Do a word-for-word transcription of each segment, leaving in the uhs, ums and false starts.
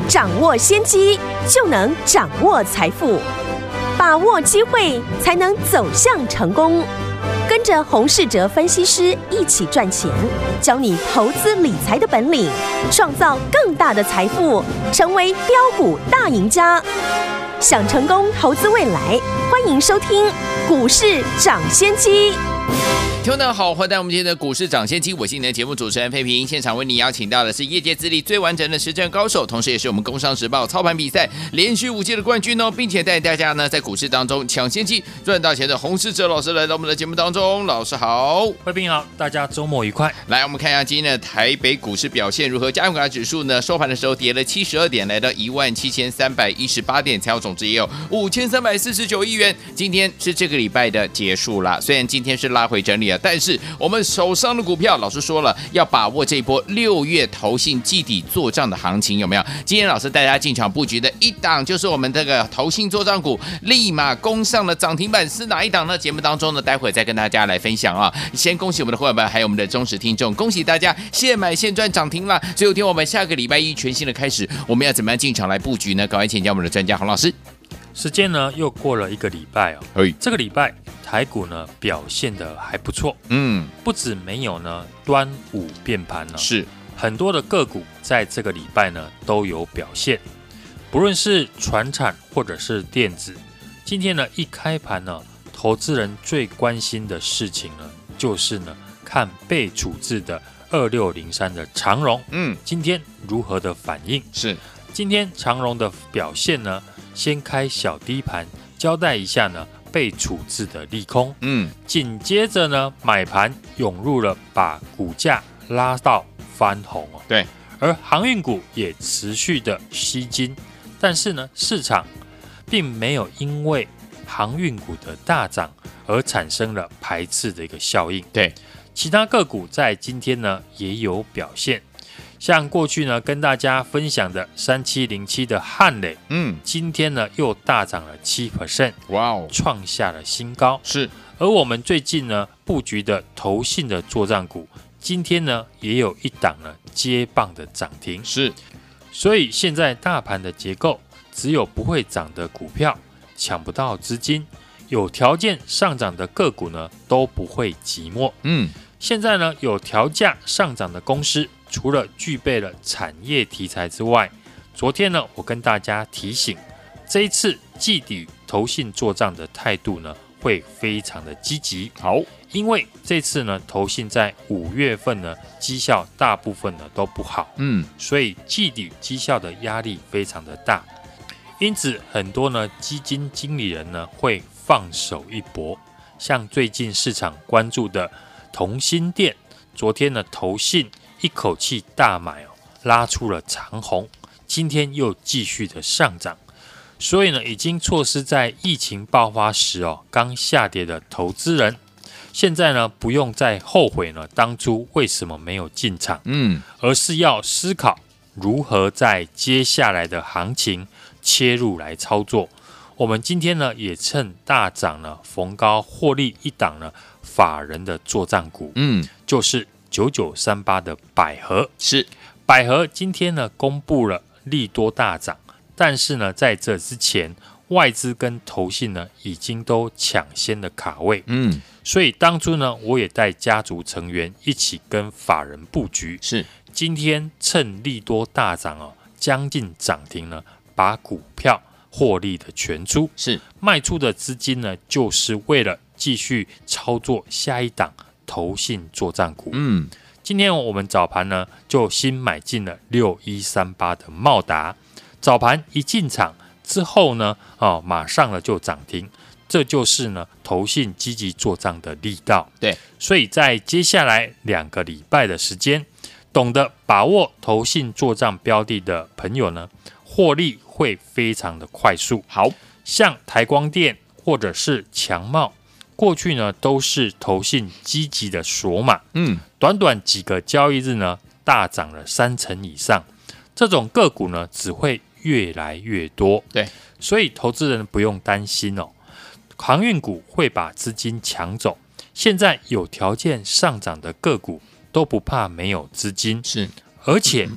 掌握先机，就能掌握财富。把握机会，才能走向成功。跟着洪士哲分析师一起赚钱，教你投资理财的本领，创造更大的财富，成为标股大赢家。想成功投资未来，欢迎收听股市涨先机。 听众大家好，欢迎来到我们今天的股市涨先机，我是你的节目主持人费平。现场为你邀请到的是业界资历最完整的实战高手，同时也是我们工商时报操盘比赛连续五届的冠军哦，并且带大家呢在股市当中抢先机赚大钱的洪士哲老师来到我们的节目当中。老师好。 费平好，大家周末愉快。 来，我们看一下今天的台北股市表现如何。加权股价指数呢收盘的时候跌了七十二点，来到一万七千三百一十八点，成交总值也有五千三百四十九亿元。今天是这个礼拜的结束了，虽然今天是拉回整理了，但是我们手上的股票，老师说了要把握这一波六月投信季底做账的行情，有没有？今天老师带大家进场布局的一档就是我们这个投信做账股，立马攻上了涨停板，是哪一档呢？节目当中呢，待会再跟大家来分享啊。先恭喜我们的会员们，还有我们的忠实听众，恭喜大家现买现赚涨停了。最后天我们下个礼拜一全新的开始，我们要怎么样进场来布局呢？赶快请教我们的专家洪老师。 时间呢又过了一个礼拜哦，这个礼拜台股呢表现得还不错，嗯，不止没有呢端午变盘呢， 是很多的个股在这个礼拜呢都有表现，不论是传产或者是电子，今天呢一开盘呢，投资人最关心的事情呢就是呢看被处置的二六零三的长荣，嗯，今天如何的反应？是今天长荣的表现呢？先开小低盘，交代一下呢被处置的利空，嗯，紧接着呢买盘涌入了，把股价拉到翻红哦， 对， 而航运股也持续的吸金，但是呢市场并没有因为航运股的大涨而产生了排斥的一个效应， 对， 其他个股在今天呢也有表现。像过去呢跟大家分享的三七零七的汉磊，嗯，今天呢又大涨了 百分之七， 哇哦，创下了新高。是，而我们最近呢布局的投信的作战股，今天呢也有一档呢接棒的涨停。是，所以现在大盘的结构，只有不会涨的股票抢不到资金，有条件上涨的个股呢都不会寂寞。嗯，现在呢有条价上涨的公司，除了具备了产业题材之外，昨天呢，我跟大家提醒，这一次季底投信做账的态度呢，会非常的积极。好，因为这次呢，投信在五月份呢，绩效大部分呢都不好，嗯，所以季底绩效的压力非常的大，因此很多呢基金经理人呢会放手一搏，像最近市场关注的同心店，昨天呢投信一口气大买哦，拉出了长红，今天又继续的上涨，所以呢，已经错失在疫情爆发时哦刚下跌的投资人，现在呢不用再后悔呢当初为什么没有进场，嗯，而是要思考如何在接下来的行情切入来操作。我们今天呢也趁大涨呢逢高获利一档呢法人的作战股，嗯，就是九九三八的百合。是百合今天呢公布了利多大涨，但是呢在这之前外资跟投信呢已经都抢先的卡位，嗯，所以当初呢我也带家族成员一起跟法人布局，是今天趁利多大涨哦，将近涨停呢，把股票获利的全出，是卖出的资金呢就是为了继续操作下一档投信作战股，嗯，今天我们早盘呢就新买进了六一三八的茂达，早盘一进场之后呢，哦，马上了就涨停，这就是呢投信积极作战的力道。对，所以在接下来两个礼拜的时间，懂得把握投信作战标的的朋友呢，获利会非常的快速。好，像台光电或者是强茂，过去呢都是投信积极的锁码，嗯，短短几个交易日呢，大涨了三成以上，这种个股呢只会越来越多。对，所以投资人不用担心哦，航运股会把资金抢走，现在有条件上涨的个股都不怕没有资金，是，而且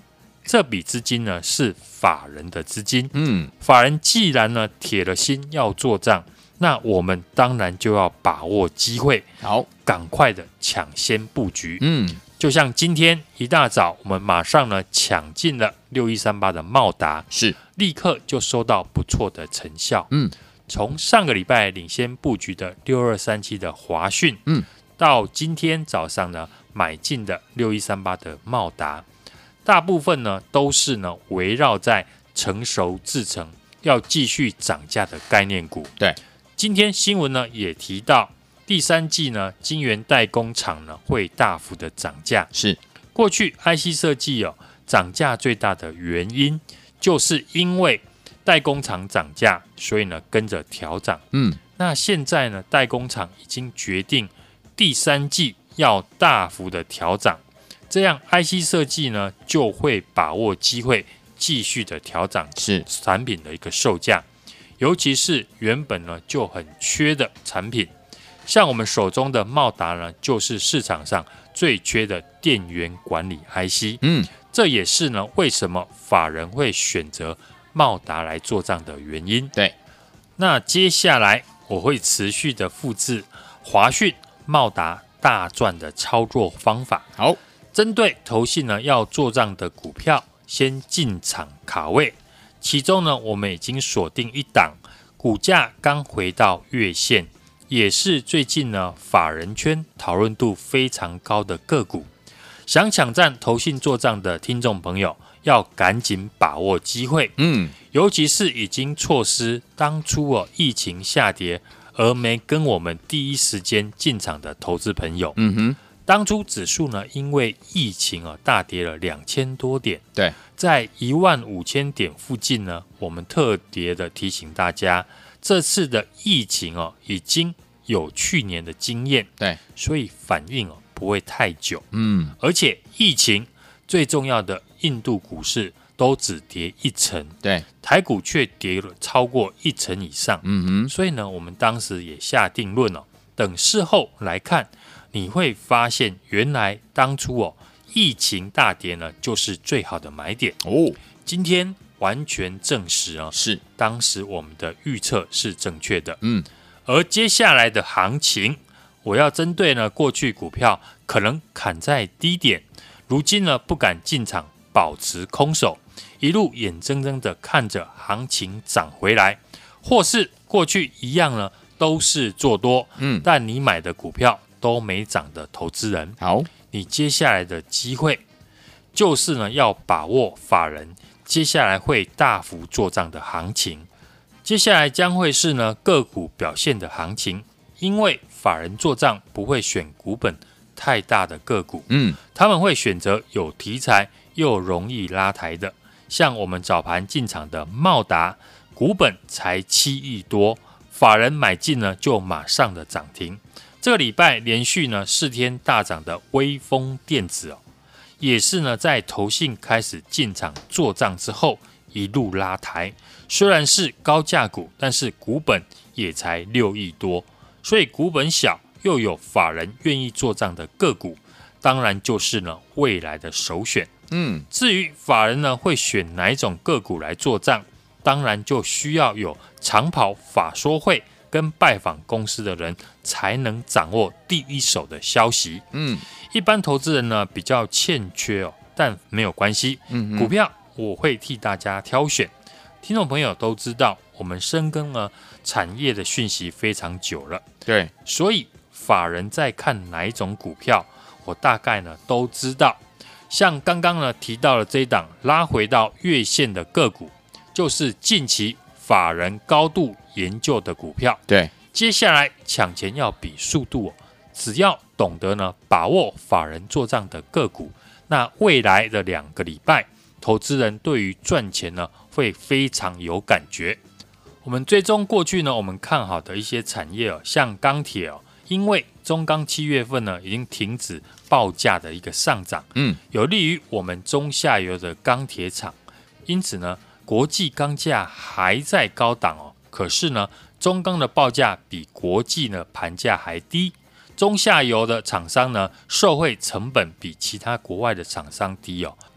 这笔资金呢是法人的资金， 嗯， 法人既然呢铁了心要做账，那我们当然就要把握机会， 好， 赶快的抢先布局。 嗯， 就像今天一大早，我们马上呢抢进了六一三八的茂达， 是立刻就收到不错的成效。 嗯， 从上个礼拜领先布局的六二三七的华讯， 嗯， 到今天早上呢买进的六一三八的茂达，大部分呢都是呢围绕在成熟制程要继续涨价的概念股。 对， 今天新闻呢也提到，第三季呢晶圆代工厂呢会大幅的涨价。 是过去 I C 设计哦涨价最大的原因，就是因为代工厂涨价，所以呢跟着调涨。 嗯， 那现在呢代工厂已经决定第三季要大幅的调涨，这样 I C 设计呢就会把握机会继续的调涨是产品的一个售价，尤其是原本呢就很缺的产品，像我们手中的茂达呢，就是市场上最缺的电源管理 I C。 嗯， 这也是呢为什么法人会选择茂达来做账的原因。 对， 那接下来我会持续的复制华讯、茂达大赚的操作方法。 好， 针对投信呢要做账的股票，先进场卡位。其中呢，我们已经锁定一档，股价刚回到月线，也是最近呢法人圈讨论度非常高的个股。想抢占投信做账的听众朋友，要赶紧把握机会。 嗯， 尤其是已经错失当初哦疫情下跌而没跟我们第一时间进场的投资朋友。 嗯哼， 当初指数呢因为疫情啊大跌了两千多点， 对， 在一万五千点附近呢，我们特别的提醒大家，这次的疫情哦已经有去年的经验， 对， 所以反应哦不会太久。 嗯， 而且疫情最重要的印度股市都只跌一成， 对， 台股却跌了超过一成以上。 嗯哼， 所以呢，我们当时也下定论哦，等事后来看，你会发现原来当初哦疫情大跌呢，就是最好的买点哦。 今天完全证实啊， 是当时我们的预测是正确的。 嗯， 而接下来的行情，我要针对呢过去股票可能砍在低点，如今呢不敢进场，保持空手，一路眼睁睁的看着行情涨回来，或是过去一样呢都是做多， 嗯， 但你买的股票都没涨的投资人， 好， 你接下来的机会就是呢要把握法人接下来会大幅做账的行情。接下来将会是呢个股表现的行情，因为法人做账不会选股本太大的个股， 嗯， 他们会选择有题材又容易拉抬的，像我们早盘进场的茂达，股本才七亿多，法人买进呢就马上的涨停。这个礼拜连续呢四天大涨的微风电子哦，也是呢在投信开始进场做账之后一路拉抬。虽然是高价股，但是股本也才六亿多，所以股本小又有法人愿意做账的个股，当然就是呢未来的首选。 嗯， 至于法人呢会选哪一种个股来做账，当然就需要有长跑法说会跟拜访公司的人才能掌握第一手的消息。嗯，一般投资人呢比较欠缺哦，但没有关系。嗯，股票我会替大家挑选。听众朋友都知道，我们深耕了产业的讯息非常久了， 对， 所以法人在看哪一种股票，我大概呢都知道。像刚刚呢提到了这一档拉回到月线的个股，就是近期法人高度研究的股票。 对， 接下来抢钱要比速度哦，只要懂得呢把握法人做账的个股，那未来的两个礼拜，投资人对于赚钱呢会非常有感觉。我们追踪过去呢，我们看好的一些产业哦，像钢铁哦，因为中钢七月份呢已经停止报价的一个上涨，嗯，有利于我们中下游的钢铁厂。因此呢，国际钢价还在高档哦，可是呢，中钢的报价比国际呢盘价还低，中下游的厂商呢受惠成本比其他国外的厂商低哦。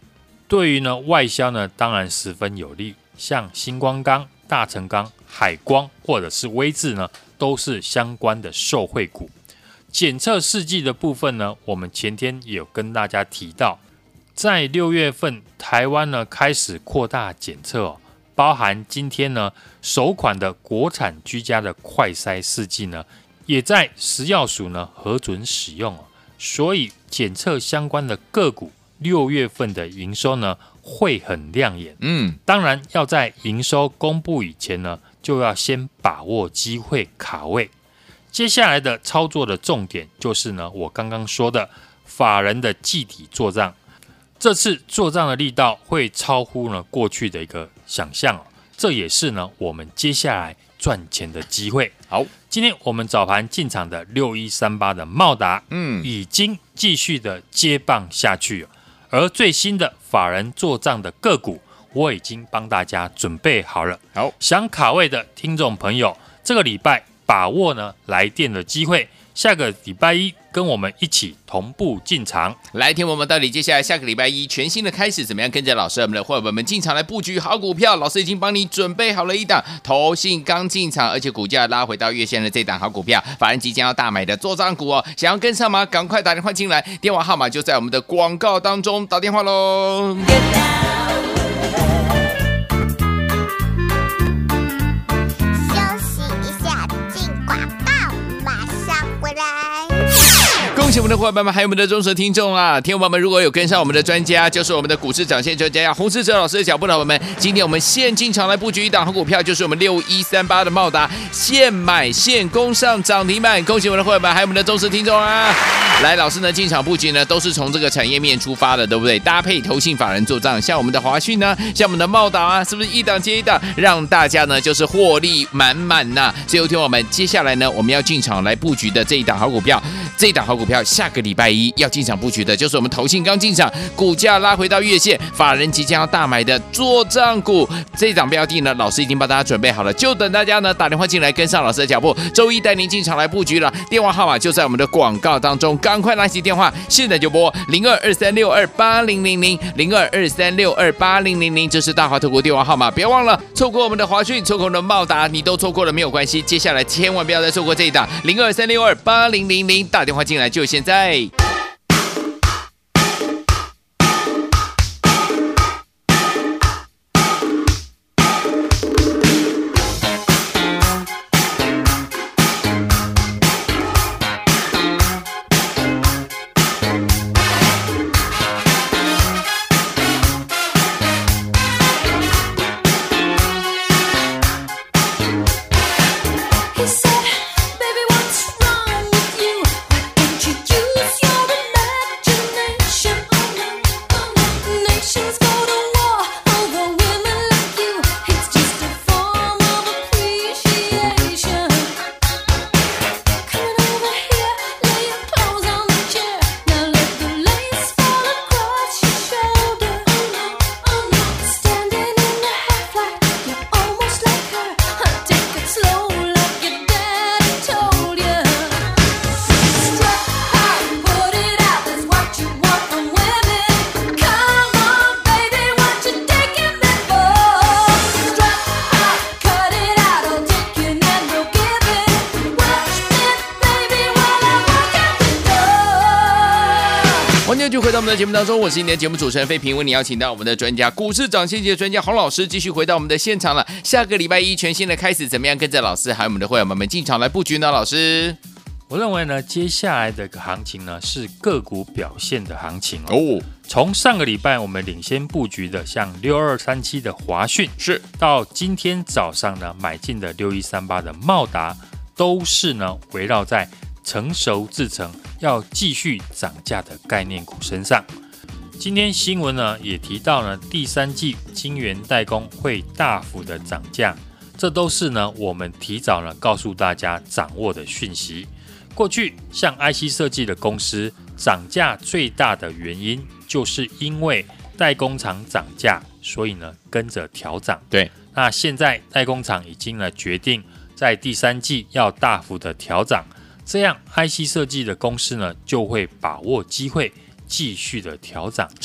对于呢外销呢，当然十分有利。像新光钢、大成钢、海光或者是威致呢，都是相关的受惠股。检测试剂的部分呢，我们前天也有跟大家提到，在六月份台湾呢开始扩大检测哦，包含今天呢首款的国产居家的快筛试剂呢，也在食药署呢核准使用哦，所以检测相关的个股六月份的营收呢会很亮眼。嗯，当然要在营收公布以前呢，就要先把握机会卡位。接下来的操作的重点就是呢，我刚刚说的法人的季底作账，这次作账的力道会超乎呢过去的一个想象哦，这也是呢我们接下来赚钱的机会。好，今天我们早盘进场的六一三八的茂达，嗯，已经继续的接棒下去了。而最新的法人做账的个股，我已经帮大家准备好了。好，想卡位的听众朋友，这个礼拜把握呢来电的机会，下个礼拜一跟我们一起同步进场。 来听我们到底接下来下个礼拜一全新的开始，怎么样跟着老师我们的伙伴们进场来布局好股票？老师已经帮你准备好了一档投信刚进场，而且股价拉回到月线的这档好股票，法人即将要大买的作账股哦，想要跟上吗？赶快打电话进来，电话号码就在我们的广告当中，打电话喽。恭喜我们的伙伴们，还有我们的忠实听众啊！听众朋友们，如果有跟上我们的专家，就是我们的股市涨线专家洪士哲老师的脚步的伙伴们，今天我们现进场来布局一档好股票，就是我们六一三八的茂达，现买现攻上涨停板。恭喜我们的伙伴们，还有我们的忠实听众啊！来，老师呢进场布局呢，都是从这个产业面出发的，对不对？搭配投信法人做账，像我们的华讯呢，像我们的茂达啊，是不是一档接一档，让大家呢就是获利满满呐？所以，听我们接下来呢，我们要进场来布局的这一档好股票，这一档好股票。下个礼拜一要进场布局的就是我们投信刚进场，股价拉回到月线，法人即将要大买的作账股，这一档标的呢，老师已经帮大家准备好了，就等大家呢打电话进来跟上老师的脚步，周一带您进场来布局了，电话号码就在我们的广告当中，赶快拿起电话，现在就拨零二二三六二八零零零零二二三六二八零零零，这是大华投顾电话号码，别忘了，错过我们的华讯，错过我们的茂达，你都错过了没有关系，接下来千万不要再错过这一档零二三六二八零零零，打电话进来就现在。就回到我们的节目当中，我是今天的节目主持人费平，为你邀请到我们的专家股市涨先机的专家洪老师，继续回到我们的现场了。下个礼拜一全新的开始，怎么样跟着老师还有我们的会员们进场来布局呢？老师， 我认为呢，接下来的行情呢是个股表现的行情哦。从上个礼拜我们领先布局的像六二三七的华讯，是到今天早上呢买进的六一三八的茂达，都是呢围绕在成熟制程要继续涨价的概念股身上。今天新闻呢也提到呢，第三季晶圆代工会大幅的涨价，这都是呢我们提早呢告诉大家掌握的讯息。过去像 I C 设计的公司涨价最大的原因，就是因为代工厂涨价，所以呢跟着调涨。对，那现在代工厂已经呢决定在第三季要大幅的调涨。这样 I C 设计的公司呢，就会把握机会继续的调涨。是，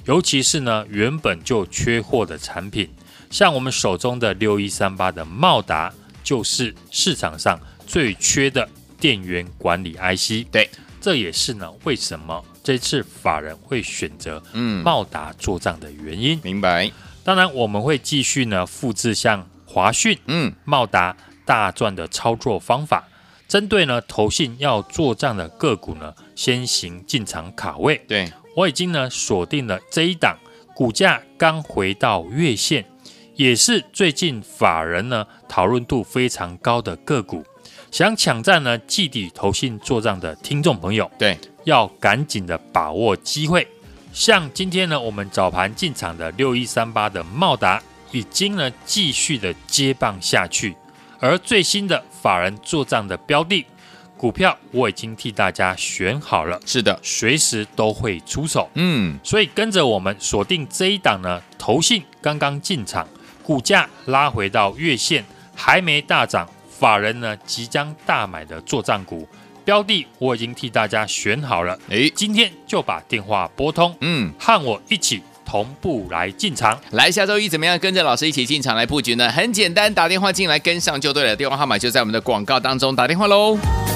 尤其是呢原本就缺货的产品，像我们手中的六一三八的茂达，就是市场上最缺的电源管理 I C。 对， 这也是呢为什么这次法人会选择茂达做账的原因。 明白。 当然我们会继续呢复制像华讯、嗯、茂达大赚的操作方法，针对呢投信要做账的个股呢，先行进场卡位。 对，我已经呢锁定了这一档，股价刚回到月线，也是最近法人呢讨论度非常高的个股。想抢占呢季底投信做账的听众朋友， 对， 要赶紧的把握机会。像今天呢，我们早盘进场的六一三八的茂达，已经呢继续的接棒下去，而最新的法人做账的标的股票，我已经替大家选好了， 是的， 随时都会出手。 嗯， 所以跟着我们锁定这一档呢，投信刚刚进场，股价拉回到月线，还没大涨，法人呢即将大买的作账股标的，我已经替大家选好了。哎，今天就把电话拨通，嗯，和我一起同步来进场。 来，下周一怎么样跟着老师一起进场来布局呢？很简单，打电话进来跟上就对了，电话号码就在我们的广告当中，打电话喽。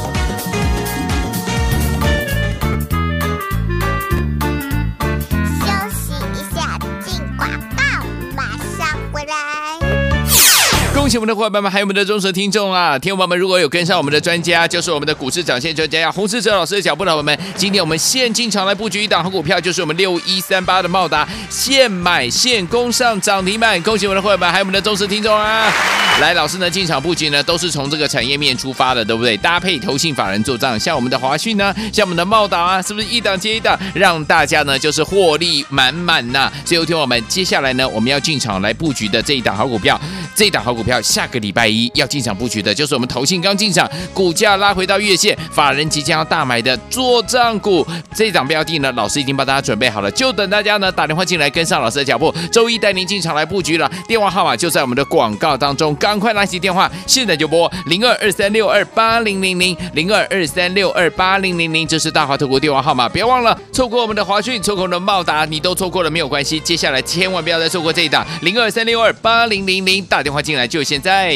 恭喜我们的伙伴们，还有我们的忠实听众啊！听众朋友们，如果有跟上我们的专家，就是我们的股市涨线专家洪士哲老师的脚步的伙伴们，今天我们现进场来布局一档好股票，就是我们六一三八的茂达，现买现攻上涨停板。恭喜我们的伙伴们，还有我们的忠实听众啊！来，老师呢进场布局呢，都是从这个产业面出发的，对不对？搭配投信法人做账，像我们的华讯呢，像我们的茂达啊，是不是一档接一档，让大家呢就是获利满满呐？所以，听我们接下来呢，我们要进场来布局的这一档好股票，这一档好股票。下个礼拜一要进场布局的就是我们投信刚进场，股价拉回到月线，法人即将要大买的作账股。这一档标的呢，老师已经帮大家准备好了，就等大家呢打电话进来跟上老师的脚步，周一带您进场来布局了。电话号码就在我们的广告当中，赶快拿起电话，现在就拨零二二三六二八零零零零二二三六二八零零零，这是大华投顾电话号码，别忘了。错过我们的华讯，错过我们的茂达，你都错过了没有关系，接下来千万不要再错过这一档零二三六二八零零零，打电话进来就现在。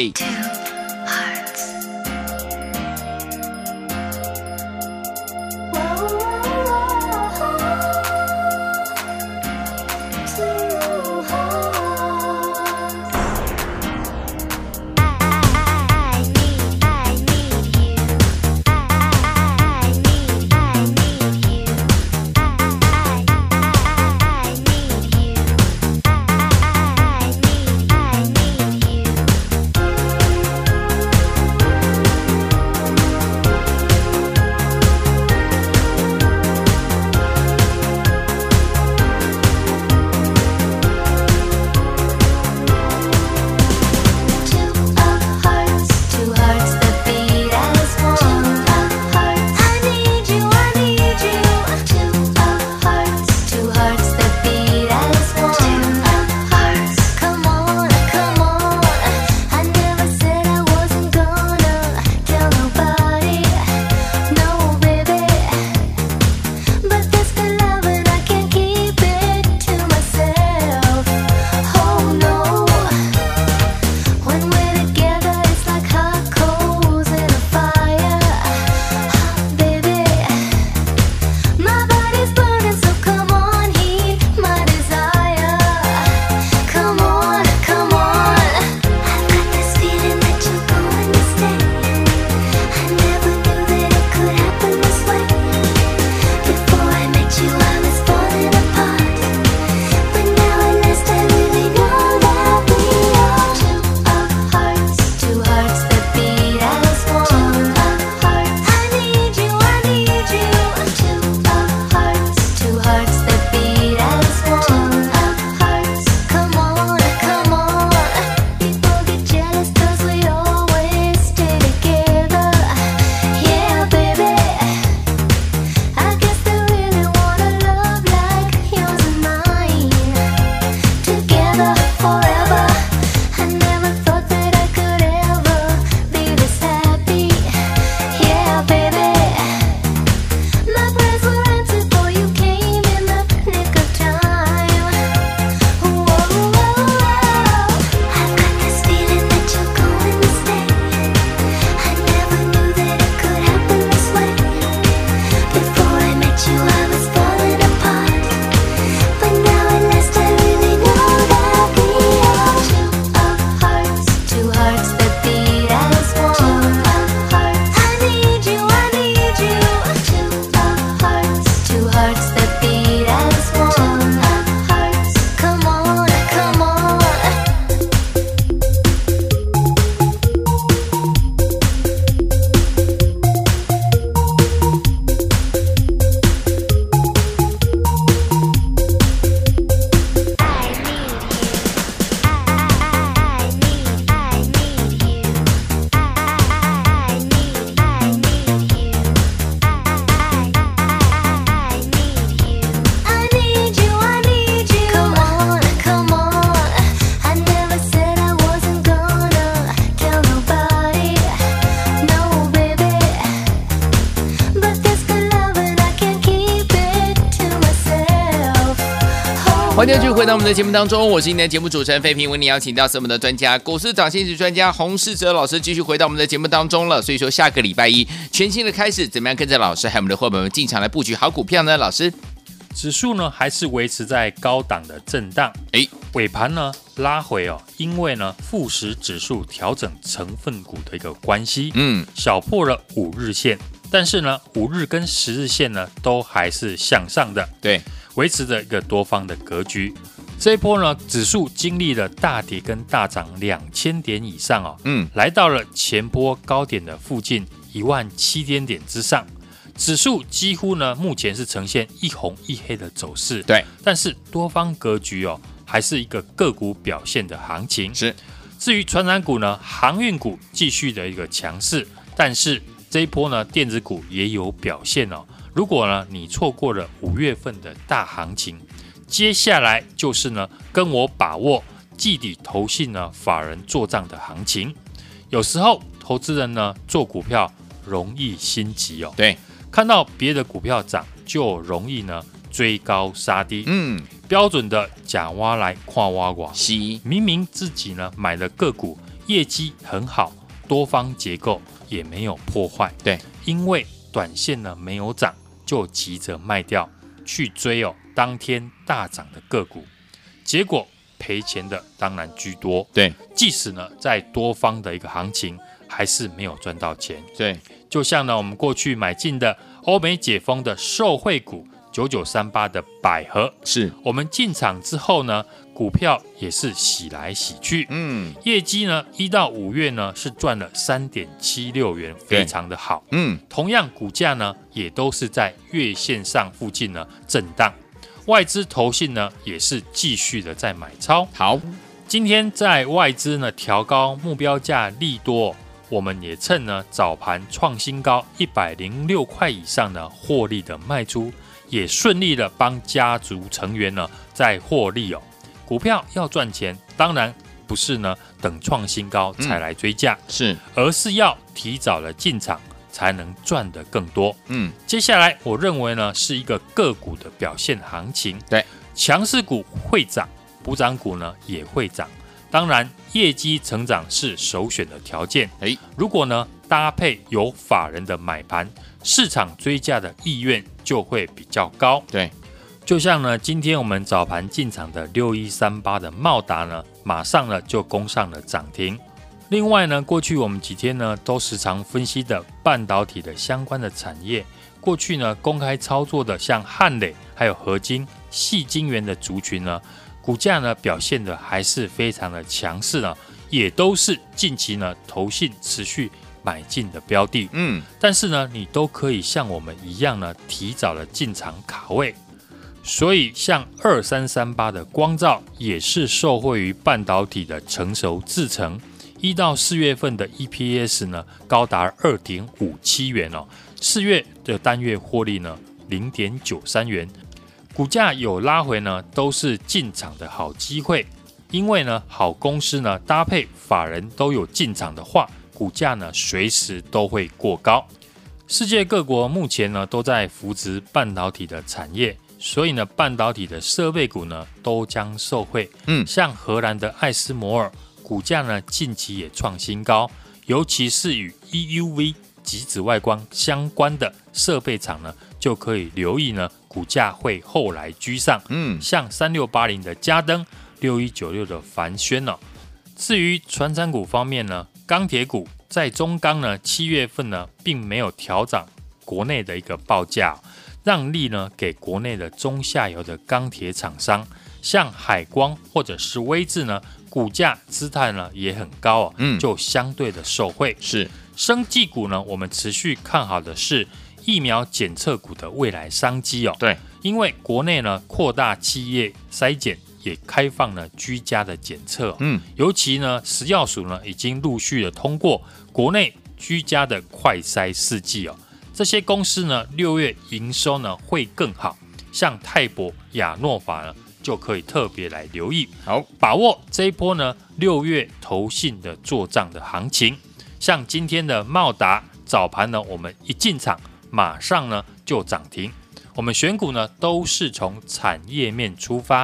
欢迎继续回到我们的节目当中，我是今天的节目主持人费平，为您邀请到是我们的专家股市涨薪值专家洪士哲老师，继续回到我们的节目当中了。所以说下个礼拜一全新的开始，怎么样跟着老师还有我们的伙伴们进场来布局好股票呢？老师， 指数呢还是维持在高档的震荡，哎，尾盘呢拉回哦，因为呢富时指数调整成分股的一个关系，嗯，小破了五日线，但是呢五日跟十日线呢都还是向上的，对，维持着一个多方的格局。这一波呢，指数经历了大跌跟大涨两千点以上哦，嗯，来到了前波高点的附近一万七千点之上。指数几乎呢，目前是呈现一红一黑的走势，对，但是多方格局哦，还是一个个股表现的行情。是，至于传产股呢，航运股继续的一个强势，但是这一波呢，电子股也有表现哦。如果呢，你错过了五月份的大行情，接下来就是呢，跟我把握季底投信呢法人做账的行情。有时候投资人呢做股票容易心急哦，对，看到别的股票涨就容易呢追高杀低，嗯，标准的假挖来跨挖挖，明明自己呢买的个股业绩很好，多方结构也没有破坏，对，因为短线呢没有涨，就急着卖掉去追哦当天大涨的个股，结果赔钱的当然居多。对，即使呢在多方的一个行情，还是没有赚到钱。对，就像呢我们过去买进的欧美解封的受惠股九九三八的百合，是我们进场之后呢，股票也是洗来洗去，嗯，业绩呢一到五月呢是赚了三点七六元，非常的好，嗯，同样股价呢也都是在月线上附近呢震荡。外资投信呢也是继续的在买超。好，今天在外资呢调高目标价利多，我们也趁呢早盘创新高一百零六块以上的获利的卖出，也顺利的帮家族成员呢在获利哦。股票要赚钱，当然不是呢等创新高才来追价，嗯、是，而是要提早的进场，才能赚得更多。嗯，接下来我认为呢是一个个股的表现行情。对，强势股会涨，补涨股呢也会涨。当然，业绩成长是首选的条件。哎，如果呢搭配有法人的买盘，市场追价的意愿就会比较高。对，就像呢今天我们早盘进场的六一三八的茂达呢，马上呢就攻上了涨停。另外呢，过去我们几天呢都时常分析的半导体的相关的产业，过去呢公开操作的像汉磊还有合金、矽晶圆的族群呢，股价呢表现的还是非常的强势呢，也都是近期呢投信持续买进的标的。嗯，但是呢你都可以像我们一样呢提早的进场卡位。所以像二三三八的光罩也是受惠于半导体的成熟制程。一到四月份的 E P S 呢高达 二点五七元哦，四月的单月获利呢 零点九三元，股价有拉回呢都是进场的好机会，因为呢好公司呢搭配法人都有进场的话，股价呢随时都会过高。世界各国目前呢都在扶植半导体的产业，所以呢半导体的设备股呢都将受惠。嗯，像荷兰的艾斯摩尔股价呢近期也创新高，尤其是与 E U V 极紫外光相关的设备厂呢，就可以留意呢股价会后来居上。嗯，像三六八零的嘉登、六一九六的凡轩哦。至于传产股方面呢，钢铁股在中钢呢七月份呢并没有调涨国内的一个报价，让利呢给国内的中下游的钢铁厂商，像海光或者是威致呢。股价姿态呢也很高哦，嗯，就相对的受惠。是生技股呢，我们持续看好的是疫苗检测股的未来商机哦。对，因为国内呢扩大企业筛检，也开放了居家的检测、哦。嗯，尤其呢食药署呢已经陆续的通过国内居家的快筛试剂哦。这些公司呢六月营收呢会更好，像泰博、亚诺法呢。就可以特别来留意，好把握这一波呢六月投信的做账的行情。像今天的茂达早盘呢，我们一进场马上呢就涨停。我们选股呢都是从产业面出发，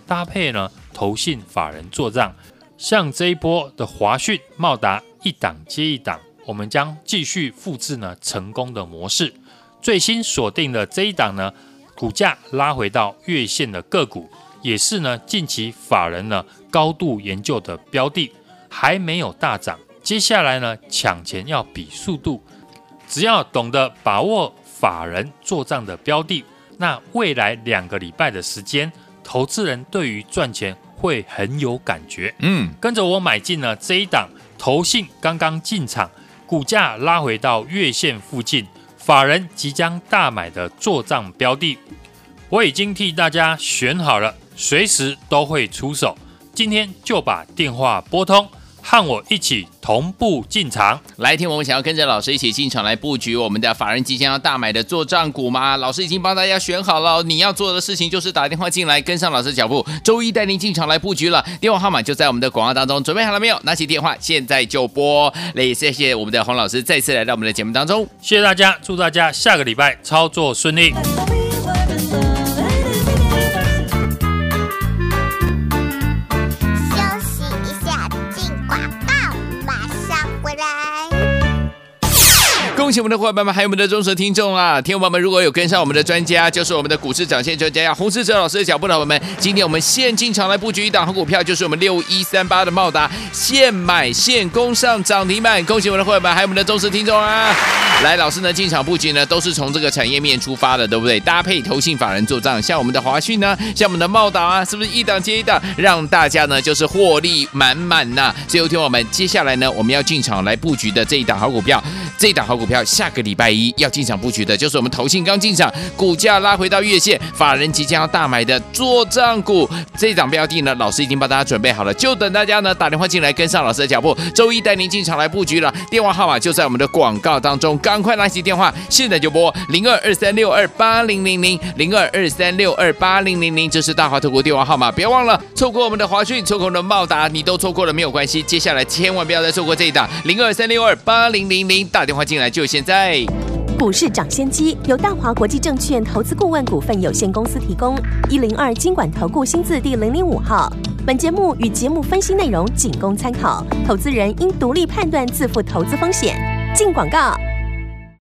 搭配呢投信法人做账，像这一波的华讯、茂达一档接一档，我们将继续复制呢成功的模式。最新锁定的这一档呢，股价拉回到月线的个股，也是呢近期法人呢高度研究的标的，还没有大涨。接下来呢，抢钱要比速度，只要懂得把握法人做账的标的，那未来两个礼拜的时间，投资人对于赚钱会很有感觉。嗯，跟着我买进了这一档，投信刚刚进场，股价拉回到月线附近，法人即将大买的做账标的，我已经替大家选好了，随时都会出手。今天就把电话拨通，和我一起同步进场。 来听我们想要跟着老师一起进场来布局我们的法人即将要大买的作账股吗？老师已经帮大家选好了，你要做的事情就是打电话进来跟上老师的脚步，周一带您进场来布局了。电话号码就在我们的广告当中，准备好了没有？拿起电话现在就拨。也谢谢我们的洪老师再次来到我们的节目当中， 谢谢大家，祝大家下个礼拜操作顺利。 恭喜我们的伙伴们，还有我们的忠实听众啊！听众朋友们，如果有跟上我们的专家，就是我们的股市涨线专家洪士哲老师的脚步的伙伴们，今天我们现进场来布局一档好股票，就是我们六一三八的茂达，现买现攻上涨停板。恭喜我们的伙伴们，还有我们的忠实听众啊！来，老师呢进场布局呢，都是从这个产业面出发的，对不对？搭配投信法人做账，像我们的华讯呢，像我们的茂达啊，是不是一档接一档，让大家呢就是获利满满呐？所以，听我们接下来呢，我们要进场来布局的这一档好股票，这一档好股票。下个礼拜一要进场布局的就是我们投信刚进场，股价拉回到月线，法人即将要大买的作账股。这一档标的呢，老师已经帮大家准备好了，就等大家呢打电话进来跟上老师的脚步，周一带您进场来布局了。电话号码就在我们的广告当中，赶快拿起电话，现在就拨零二二三六二八零零零零二二三六二八零零零，这是大华投顾电话号码，不要忘了。错过我们的华讯，错过我们的茂达，你都错过了没有关系，接下来千万不要再错过这一档零二三六二八零零零，打电话进来就现在。 股市涨先机由大华国际证券投资顾问股份有限公司提供，一零二金管投顾新字第零零五号。本节目与节目分析内容仅供参考，投资人应独立判断，自负投资风险。进广告。